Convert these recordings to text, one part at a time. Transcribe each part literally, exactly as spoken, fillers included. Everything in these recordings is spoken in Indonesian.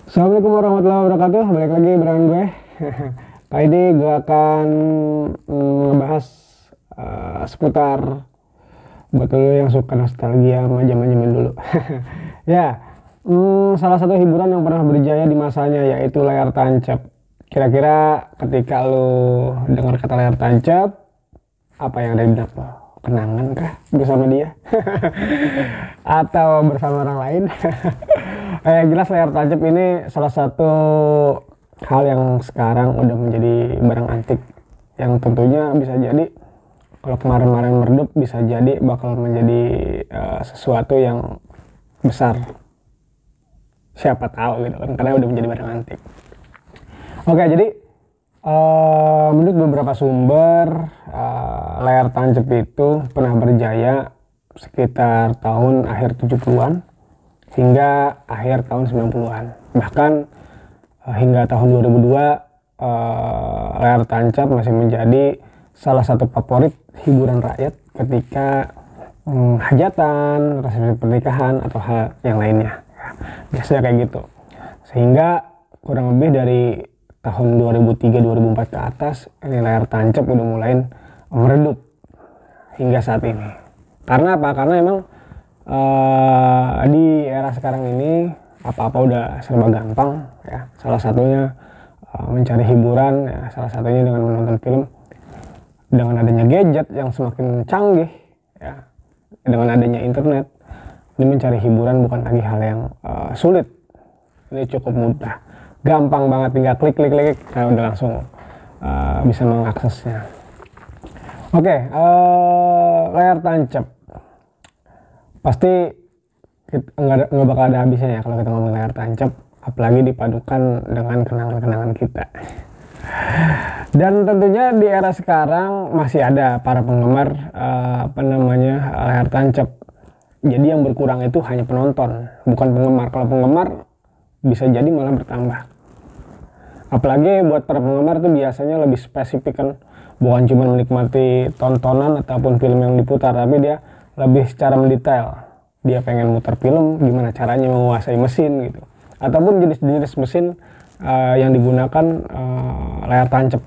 Assalamualaikum warahmatullahi wabarakatuh. Balik lagi bareng gue. Kali ini gue akan mm, ngebahas uh, seputar buat lo yang suka nostalgia sama zaman-zaman dulu. Ya, mm, salah satu hiburan yang pernah berjaya di masanya yaitu layar tancap. Kira-kira ketika lo dengar kata layar tancap, apa yang ada di benak lo? Kenangan kah bersama dia? Atau bersama orang lain? Eh, jelas layar tancap ini salah satu hal yang sekarang udah menjadi barang antik yang tentunya bisa jadi kalau kemarin-kemarin meredup bisa jadi bakal menjadi uh, sesuatu yang besar, siapa tahu gitu kan, karena udah menjadi barang antik. Oke, jadi uh, menurut beberapa sumber uh, layar tancap itu pernah berjaya sekitar tahun akhir tujuh puluhan hingga akhir tahun sembilan puluhan. Bahkan uh, hingga tahun dua ribu dua uh, layar tancap masih menjadi salah satu favorit hiburan rakyat ketika um, hajatan, resepsi pernikahan atau hal yang lainnya. Biasanya kayak gitu. Sehingga kurang lebih dari tahun dua ribu tiga dua ribu empat ke atas ini layar tancap udah mulai meredup hingga saat ini. Karena apa? Karena emang Uh, di era sekarang ini apa-apa udah serba gampang ya. Salah satunya uh, mencari hiburan ya, salah satunya dengan menonton film. Dengan adanya gadget yang semakin canggih ya, dengan adanya internet, ini mencari hiburan bukan lagi hal yang uh, sulit. Ini cukup mudah, gampang banget, tinggal klik klik klik nah udah langsung uh, bisa mengaksesnya. Oke, okay, uh, layar tancap pasti nggak nggak bakal ada habisnya ya kalau kita ngomong layar tancap, apalagi dipadukan dengan kenangan-kenangan kita. Dan tentunya di era sekarang masih ada para penggemar uh, apa namanya layar tancap. Jadi yang berkurang itu hanya penonton, bukan penggemar. Kalau penggemar bisa jadi malah bertambah. Apalagi buat para penggemar tuh biasanya lebih spesifik kan, bukan cuma menikmati tontonan ataupun film yang diputar, tapi dia lebih secara mendetail. Dia pengen muter film, gimana caranya menguasai mesin gitu. Ataupun jenis-jenis mesin uh, yang digunakan uh, layar tancap.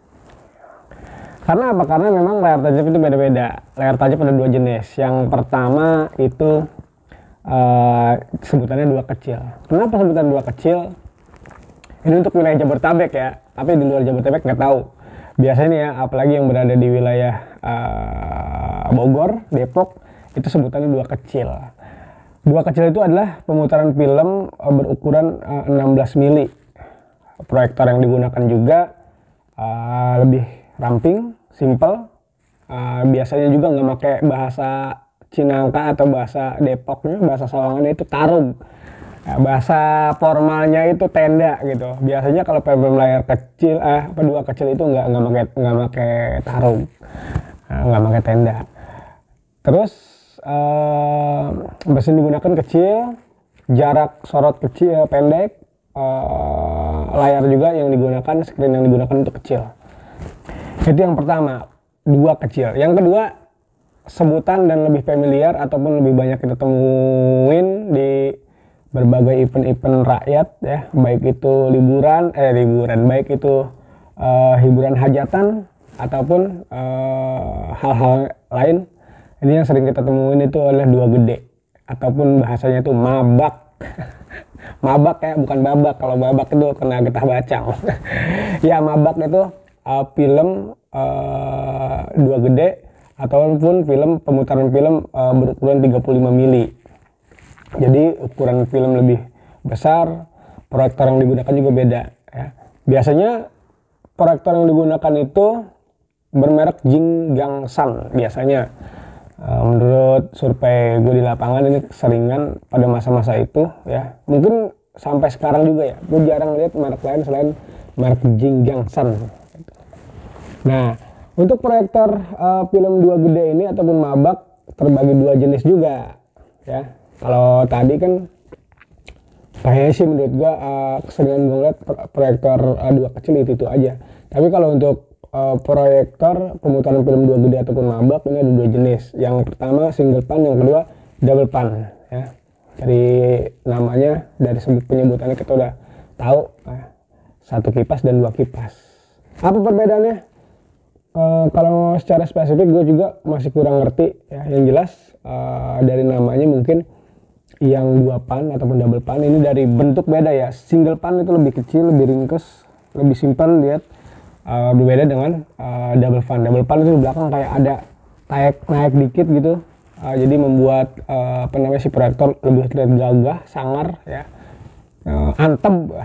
Karena apa? Karena memang layar tancap itu beda-beda. Layar tancap ada dua jenis. Yang pertama itu uh, sebutannya dua kecil. Kenapa sebutan dua kecil? Ini untuk wilayah Jabodetabek ya. Tapi di luar Jabodetabek nggak tahu. Biasanya ya, apalagi yang berada di wilayah uh, Bogor, Depok, itu sebutannya dua kecil. Dua kecil itu adalah pemutaran film uh, berukuran uh, enam belas mili. Proyektor yang digunakan juga uh, lebih ramping, simple. Uh, biasanya juga nggak pakai bahasa Cinangka atau bahasa Depoknya, bahasa Sawangannya itu tarung. Nah, bahasa formalnya itu tenda gitu. Biasanya kalau film layar kecil, eh, apa dua kecil itu nggak nggak pakai nggak pakai tarung, nggak pakai tenda. Terus uh, mesin digunakan kecil, jarak sorot kecil pendek, uh, layar juga yang digunakan, screen yang digunakan itu kecil. Itu yang pertama, dua kecil. Yang kedua, sebutan dan lebih familiar ataupun lebih banyak kita temuin di berbagai event-event rakyat ya, baik itu liburan, eh liburan, baik itu uh, hiburan hajatan ataupun uh, hal-hal lain. Ini yang sering kita temuin itu adalah dua gede ataupun bahasanya itu mabak. Mabak ya, bukan babak. Kalau babak itu kena getah bacang. Ya, mabak itu uh, film uh, dua gede ataupun film pemutaran film uh, berukuran tiga puluh lima mili. Jadi ukuran film lebih besar, proyektor yang digunakan juga beda ya. Biasanya proyektor yang digunakan itu bermerek Jinggangshan biasanya. Uh, menurut survei gue di lapangan ini seringan pada masa-masa itu ya. Mungkin sampai sekarang juga ya. Gue jarang lihat merek lain selain merek Jinggangshan. Nah, untuk proyektor uh, film dua gede ini ataupun mabak terbagi dua jenis juga ya. Kalau tadi kan kayaknya sih menurut gue uh, keseringan gue lihat proyektor uh, dua kecil itu itu aja. Tapi kalau untuk uh, proyektor pemutaran film dua gede ataupun mabak ini ada dua jenis. Yang pertama single pan, yang kedua double pan ya. Dari namanya, dari sebut penyebutannya kita udah tahu uh, satu kipas dan dua kipas. Apa perbedaannya? Uh, kalau secara spesifik gue juga masih kurang ngerti ya. Yang jelas uh, dari namanya mungkin yang dua pan ataupun double pan ini dari bentuk beda ya. Single pan itu lebih kecil, lebih ringkes, lebih simpel lihat, uh, berbeda dengan uh, double pan. Double pan itu di belakang kayak ada naik naik dikit gitu, uh, jadi membuat uh, apa namanya si proyektor lebih terlihat gagah, sangar ya, uh, antep.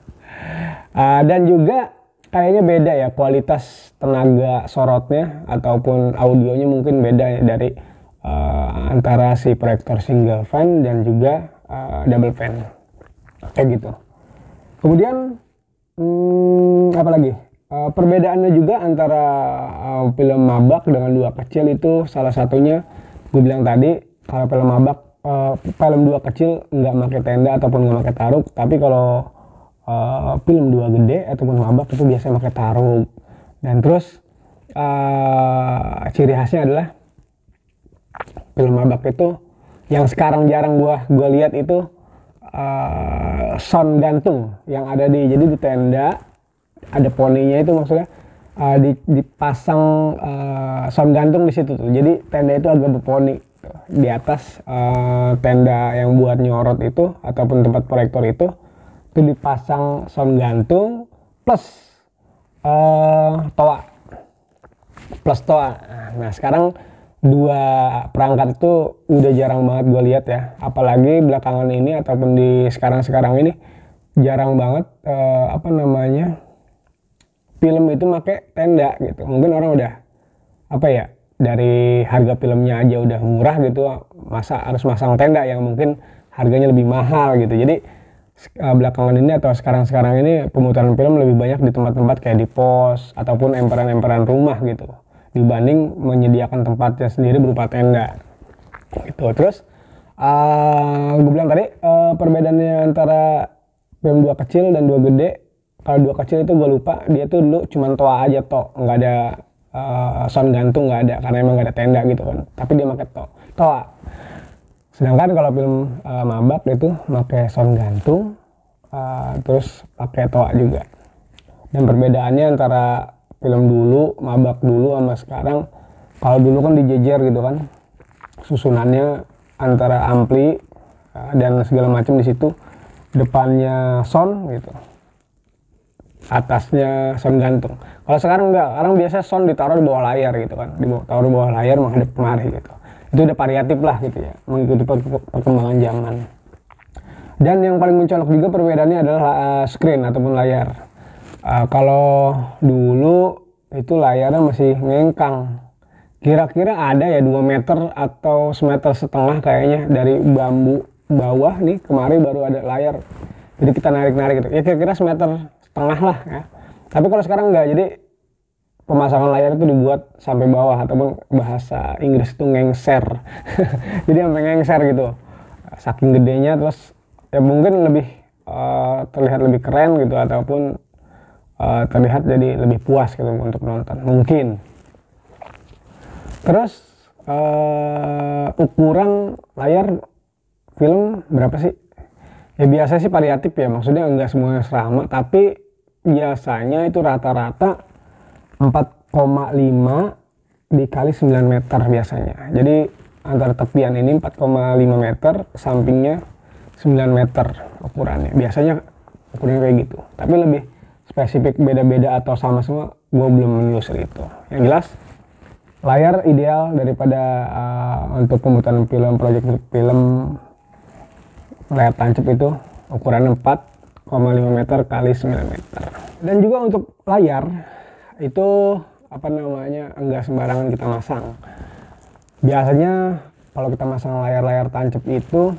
Uh, dan juga kayaknya beda ya kualitas tenaga sorotnya ataupun audionya mungkin beda ya dari uh, antara si proyektor single fan dan juga uh, double fan kayak gitu. Kemudian hmm, apa lagi? Uh, perbedaannya juga antara uh, film Maybach dengan dua kecil itu salah satunya gue bilang tadi, kalau film Maybach uh, film dua kecil nggak pakai tenda ataupun nggak pakai taruk, tapi kalau Uh, film dua gede ataupun Maybach itu biasanya pakai tarung. Dan terus uh, ciri khasnya adalah film Maybach itu yang sekarang jarang gua gua lihat itu uh, sound gantung yang ada di, jadi di tenda ada poninya itu maksudnya uh, dipasang uh, sound gantung di situ tuh. Jadi tenda itu agak berponi di atas uh, tenda yang buat nyorot itu ataupun tempat proyektor itu itu dipasang sound gantung plus uh, toa plus toa. Nah sekarang dua perangkat itu udah jarang banget gue lihat ya, apalagi belakangan ini ataupun di sekarang-sekarang ini jarang banget uh, apa namanya film itu pakai tenda gitu. Mungkin orang udah apa ya, dari harga filmnya aja udah murah gitu, masa harus masang tenda yang mungkin harganya lebih mahal gitu. Jadi belakangan ini atau sekarang-sekarang ini pemutaran film lebih banyak di tempat-tempat kayak di pos ataupun emperan-emperan rumah gitu dibanding menyediakan tempatnya sendiri berupa tenda gitu. Terus uh, gue bilang tadi uh, perbedaannya antara film dua kecil dan dua gede. Kalau dua kecil itu gue lupa, dia tuh dulu cuma toa aja toh, nggak ada uh, sound gantung, nggak ada karena emang nggak ada tenda gitu kan, tapi dia pakai to toa. Sedangkan kalau film uh, Maybach itu pakai sound gantung, uh, terus pakai toa juga. Dan perbedaannya antara film dulu, Maybach dulu sama sekarang, kalau dulu kan dijejer gitu kan, susunannya antara ampli uh, dan segala macam di situ, depannya sound gitu, atasnya sound gantung. Kalau sekarang enggak, sekarang biasa sound ditaruh di bawah layar gitu kan, ditaruh di bawah layar menghadap kemari gitu. Itu udah variatif lah gitu ya, mengikuti perkembangan zaman. Dan yang paling mencolok juga perbedaannya adalah uh, screen ataupun layar. Uh, kalau dulu itu layarnya masih ngengkang, kira-kira ada ya dua meter atau semeter setengah kayaknya dari bambu bawah nih kemari baru ada layar. Jadi kita narik-narik gitu, ya kira-kira semeter setengah lah ya. Tapi kalau sekarang enggak, jadi pemasangan layar itu dibuat sampai bawah ataupun bahasa Inggris itu ngengser. Jadi sampai ngengser gitu, saking gedenya. Terus ya mungkin lebih uh, terlihat lebih keren gitu ataupun uh, terlihat jadi lebih puas gitu untuk menonton mungkin. Terus uh, ukuran layar film berapa sih? Ya biasa sih variatif ya, maksudnya enggak semuanya sama, tapi biasanya itu rata-rata empat koma lima dikali sembilan meter biasanya. Jadi antara tepian ini empat koma lima meter, sampingnya sembilan meter ukurannya. Biasanya ukurannya kayak gitu. Tapi lebih spesifik beda-beda atau sama semua, gue belum menelusuri itu. Yang jelas layar ideal daripada uh, untuk pemutaran film, proyek film layar tancap itu ukurannya empat koma lima meter kali sembilan meter. Dan juga untuk layar itu apa namanya enggak sembarangan kita masang. Biasanya kalau kita masang layar-layar tancap itu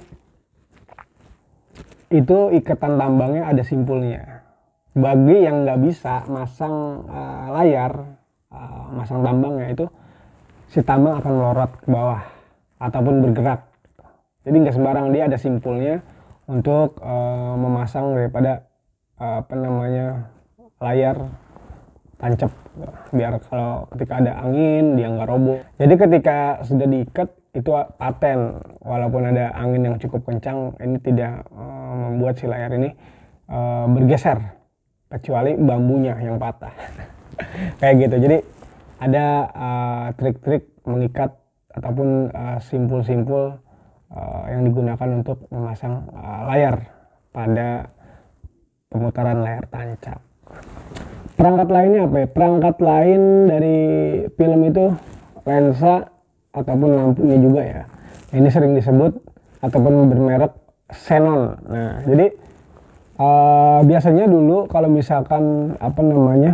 itu ikatan tambangnya ada simpulnya. Bagi yang nggak bisa masang uh, layar, uh, masang tambangnya itu si tambang akan melorot ke bawah ataupun bergerak. Jadi nggak sembarangan, dia ada simpulnya untuk uh, memasang daripada uh, apa namanya layar tancap, biar kalau ketika ada angin dia nggak roboh. Jadi ketika sudah diikat itu paten, walaupun ada angin yang cukup kencang, ini tidak uh, membuat si layar ini uh, bergeser kecuali bambunya yang patah. Kayak gitu. Jadi ada uh, trik-trik mengikat ataupun uh, simpul-simpul uh, yang digunakan untuk memasang uh, layar pada pemutaran layar tancap. Perangkat lainnya apa ya? Perangkat lain dari film itu lensa ataupun lampunya juga ya. Ini sering disebut ataupun bermerek Xenon. Nah, jadi uh, biasanya dulu kalau misalkan apa namanya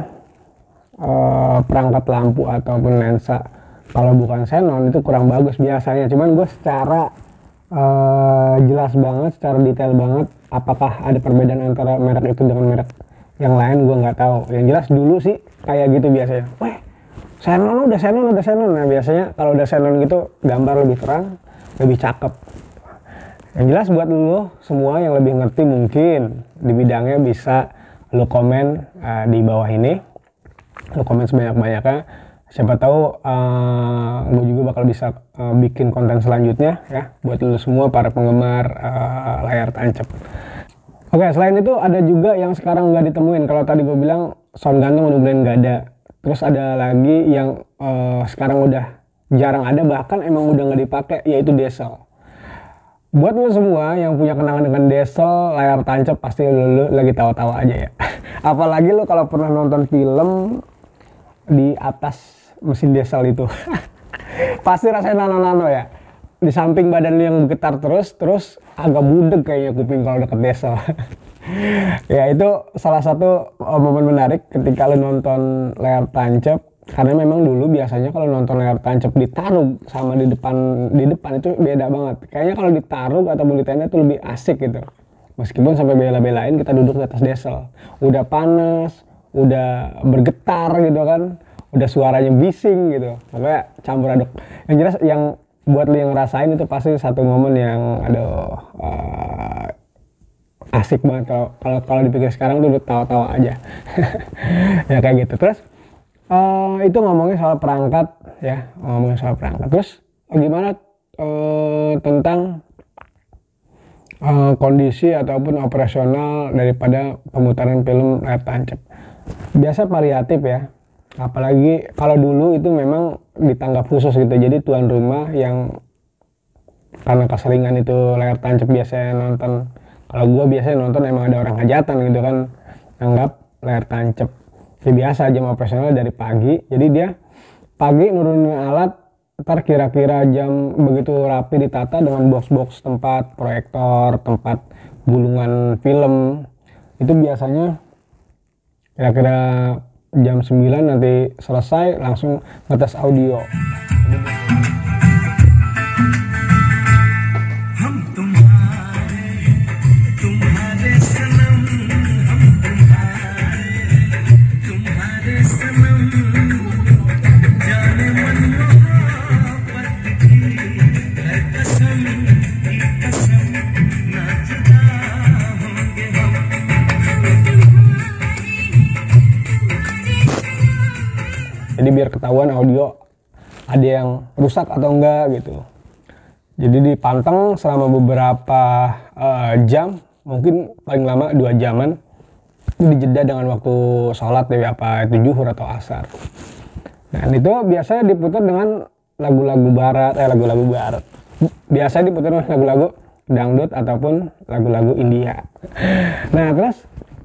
uh, perangkat lampu ataupun lensa kalau bukan Xenon itu kurang bagus biasanya. Cuman gue secara uh, jelas banget, secara detail banget, apakah ada perbedaan antara merek itu dengan merek yang lain gue nggak tahu. Yang jelas dulu sih kayak gitu biasanya. Weh, Xenon udah Xenon udah Xenon. Nah biasanya kalau udah Xenon gitu gambar lebih terang, lebih cakep. Yang jelas buat lo semua yang lebih ngerti mungkin di bidangnya bisa lo komen uh, di bawah ini. Lo komen sebanyak-banyaknya. Siapa tahu uh, gue juga bakal bisa uh, bikin konten selanjutnya ya buat lo semua para penggemar uh, layar tancap. Oke, selain itu ada juga yang sekarang nggak ditemuin. Kalau tadi gue bilang sound gantung udah mulai nggak ada. Terus ada lagi yang uh, sekarang udah jarang ada, bahkan emang udah nggak dipakai, yaitu diesel. Buat lo semua yang punya kenangan dengan diesel layar tancap pasti lo, lo lagi tawa-tawa aja ya. Apalagi lo kalau pernah nonton film di atas mesin diesel itu. Pasti rasanya nano-nano ya. Di samping badan lo yang bergetar terus, terus agak budeg kayaknya kuping kalau deket diesel. Ya itu salah satu momen menarik ketika lo nonton layar tancap. Karena memang dulu biasanya kalau nonton layar tancap ditaruh sama di depan di depan itu beda banget. Kayaknya kalau ditaruh ataupun di tenda itu lebih asik gitu. Meskipun sampai bela-belain kita duduk di atas diesel. Udah panas, udah bergetar gitu kan. Udah suaranya bising gitu. Pokoknya campur aduk. Yang jelas yang buat lu yang ngerasain itu pasti satu momen yang aduh uh, asik banget. Kalau kalau kalau dipikir sekarang tuh udah tawa-tawa aja. Ya kayak gitu. Terus Uh, itu ngomongin soal perangkat ya, ngomongin soal perangkat. Terus gimana uh, tentang uh, kondisi ataupun operasional daripada pemutaran film layar tancap? Biasa variatif ya, apalagi kalau dulu itu memang ditanggap khusus gitu. Jadi tuan rumah yang karena keseringan itu layar tancap biasanya nonton, kalau gue biasanya nonton emang ada orang hajatan gitu kan, anggap layar tancap. Ya biasa jam operasional dari pagi, jadi dia pagi nurunin alat, ntar kira-kira jam begitu rapi ditata dengan box-box tempat proyektor, tempat gulungan film, itu biasanya kira-kira jam sembilan nanti selesai langsung ngetes audio. Jadi biar ketahuan audio ada yang rusak atau enggak gitu. Jadi dipanteng selama beberapa uh, jam, mungkin paling lama dua jaman. Itu dijeda dengan waktu sholat ya, apa itu zuhur atau asar. Dan itu biasanya diputar dengan lagu-lagu barat, eh lagu-lagu barat. Biasanya diputar dengan lagu-lagu dangdut ataupun lagu-lagu India. Nah terus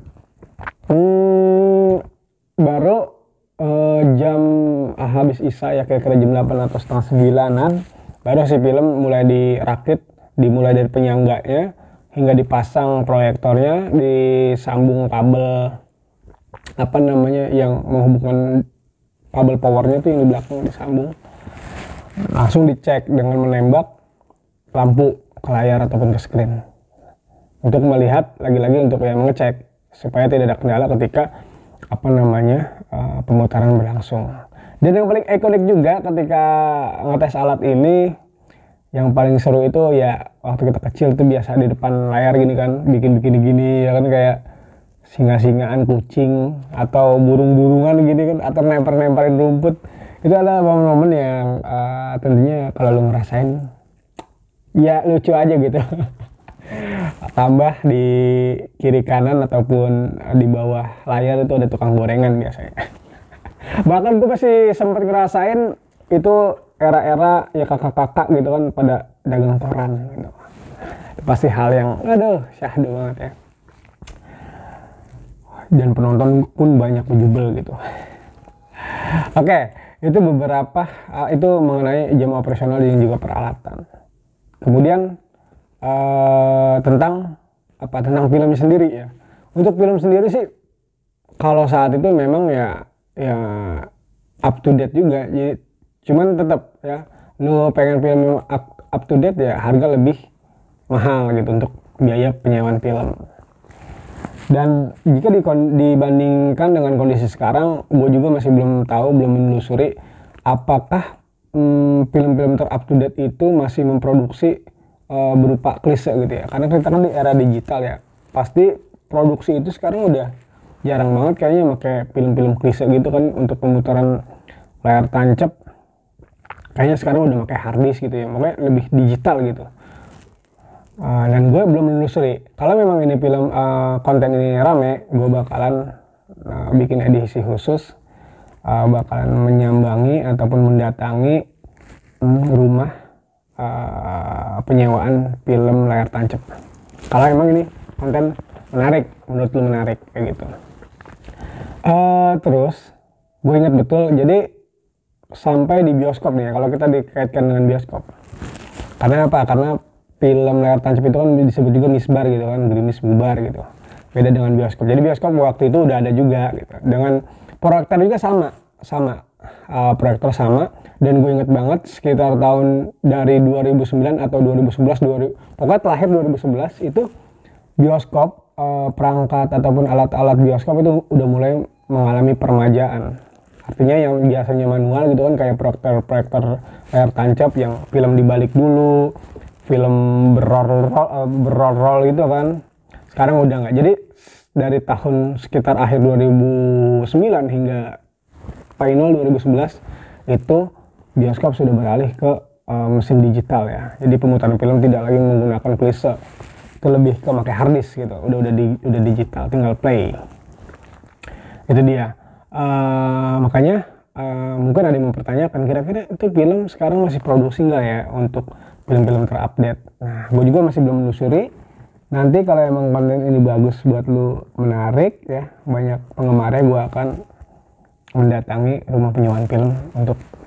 hmm, baru Uh, jam ah, habis isya ya kira-kira jam delapan atau setengah sembilanan baru si film mulai dirakit, dimulai dari penyangganya hingga dipasang proyektornya, disambung kabel apa namanya yang menghubungkan kabel powernya tuh yang di belakang disambung, langsung dicek dengan menembak lampu ke layar ataupun ke screen untuk melihat lagi-lagi untuk yang mengecek supaya tidak ada kendala ketika apa namanya uh, pemutaran berlangsung. Dan yang paling ikonik juga ketika ngetes alat ini, yang paling seru itu ya waktu kita kecil tuh biasa di depan layar gini kan, bikin-bikin gini ya kan, kayak singa-singaan, kucing atau burung-burungan gini kan, atau nempel-nempelin rumput. Itu adalah momen-momen yang uh, tentunya kalau lu ngerasain ya lucu aja gitu. tambah di kiri kanan ataupun di bawah layar itu ada tukang gorengan biasanya. Bahkan gue masih sempat ngerasain itu era-era ya kakak-kakak gitu kan pada dagang koran gitu. Pasti hal yang aduh syahdu banget ya. Dan penonton pun banyak menjubel gitu. Oke, itu beberapa uh, itu mengenai jam operasional dan juga peralatan. Kemudian uh, tentang apa tentang filmnya sendiri ya. Untuk film sendiri sih kalau saat itu memang ya ya up to date juga. Jadi cuman tetap ya lu pengen film up, up to date ya harga lebih mahal gitu untuk biaya penyewaan film. Dan jika dibandingkan dengan kondisi sekarang, gue juga masih belum tahu, belum menelusuri apakah hmm, film-film ter up to date itu masih memproduksi uh, berupa klise gitu ya. Karena kita kan di era digital ya, pasti produksi itu sekarang udah jarang banget kayaknya pakai film-film klise gitu kan untuk pemutaran layar tancap. Kayaknya sekarang udah pakai hard disk gitu ya, makanya lebih digital gitu. Uh, dan gue belum menelusuri kalau memang ini film uh, konten ini rame, gue bakalan uh, bikin edisi khusus, uh, bakalan menyambangi ataupun mendatangi um, rumah uh, penyewaan film layar tancap kalau memang ini konten menarik, menurut lu menarik kayak gitu. Uh, terus gue ingat betul, jadi sampai di bioskop nih ya, kalau kita dikaitkan dengan bioskop, karena apa? Karena film layar tancap itu kan disebut juga misbar gitu kan, gerimis bubar gitu. Beda dengan bioskop. Jadi bioskop waktu itu udah ada juga gitu. Dengan proyektor juga sama, sama uh, proyektor sama. Dan gue inget banget sekitar tahun dari dua ribu sembilan atau dua ribu sebelas, dua ribu, pokoknya terakhir dua ribu sebelas itu bioskop uh, perangkat ataupun alat-alat bioskop itu udah mulai mengalami permajaan. Artinya yang biasanya manual gitu kan kayak proyektor-proyektor layar tancap yang film dibalik dulu, film berroll-roll berroll gitu kan, sekarang udah nggak. Jadi dari tahun sekitar akhir dua ribu sembilan hingga final dua ribu sebelas itu bioskop sudah beralih ke uh, mesin digital ya. Jadi pemutaran film tidak lagi menggunakan klise, itu lebih ke pakai hard disk gitu. Udah udah di, udah digital, tinggal play. Itu dia. Uh, makanya uh, mungkin ada yang mempertanyakan kira-kira itu film sekarang masih produksi nggak ya untuk film-film terupdate. Nah, gue juga masih belum menelusuri. Nanti kalau emang konten ini bagus buat lu, menarik ya, banyak penggemarnya, gue akan mendatangi rumah penyewaan film untuk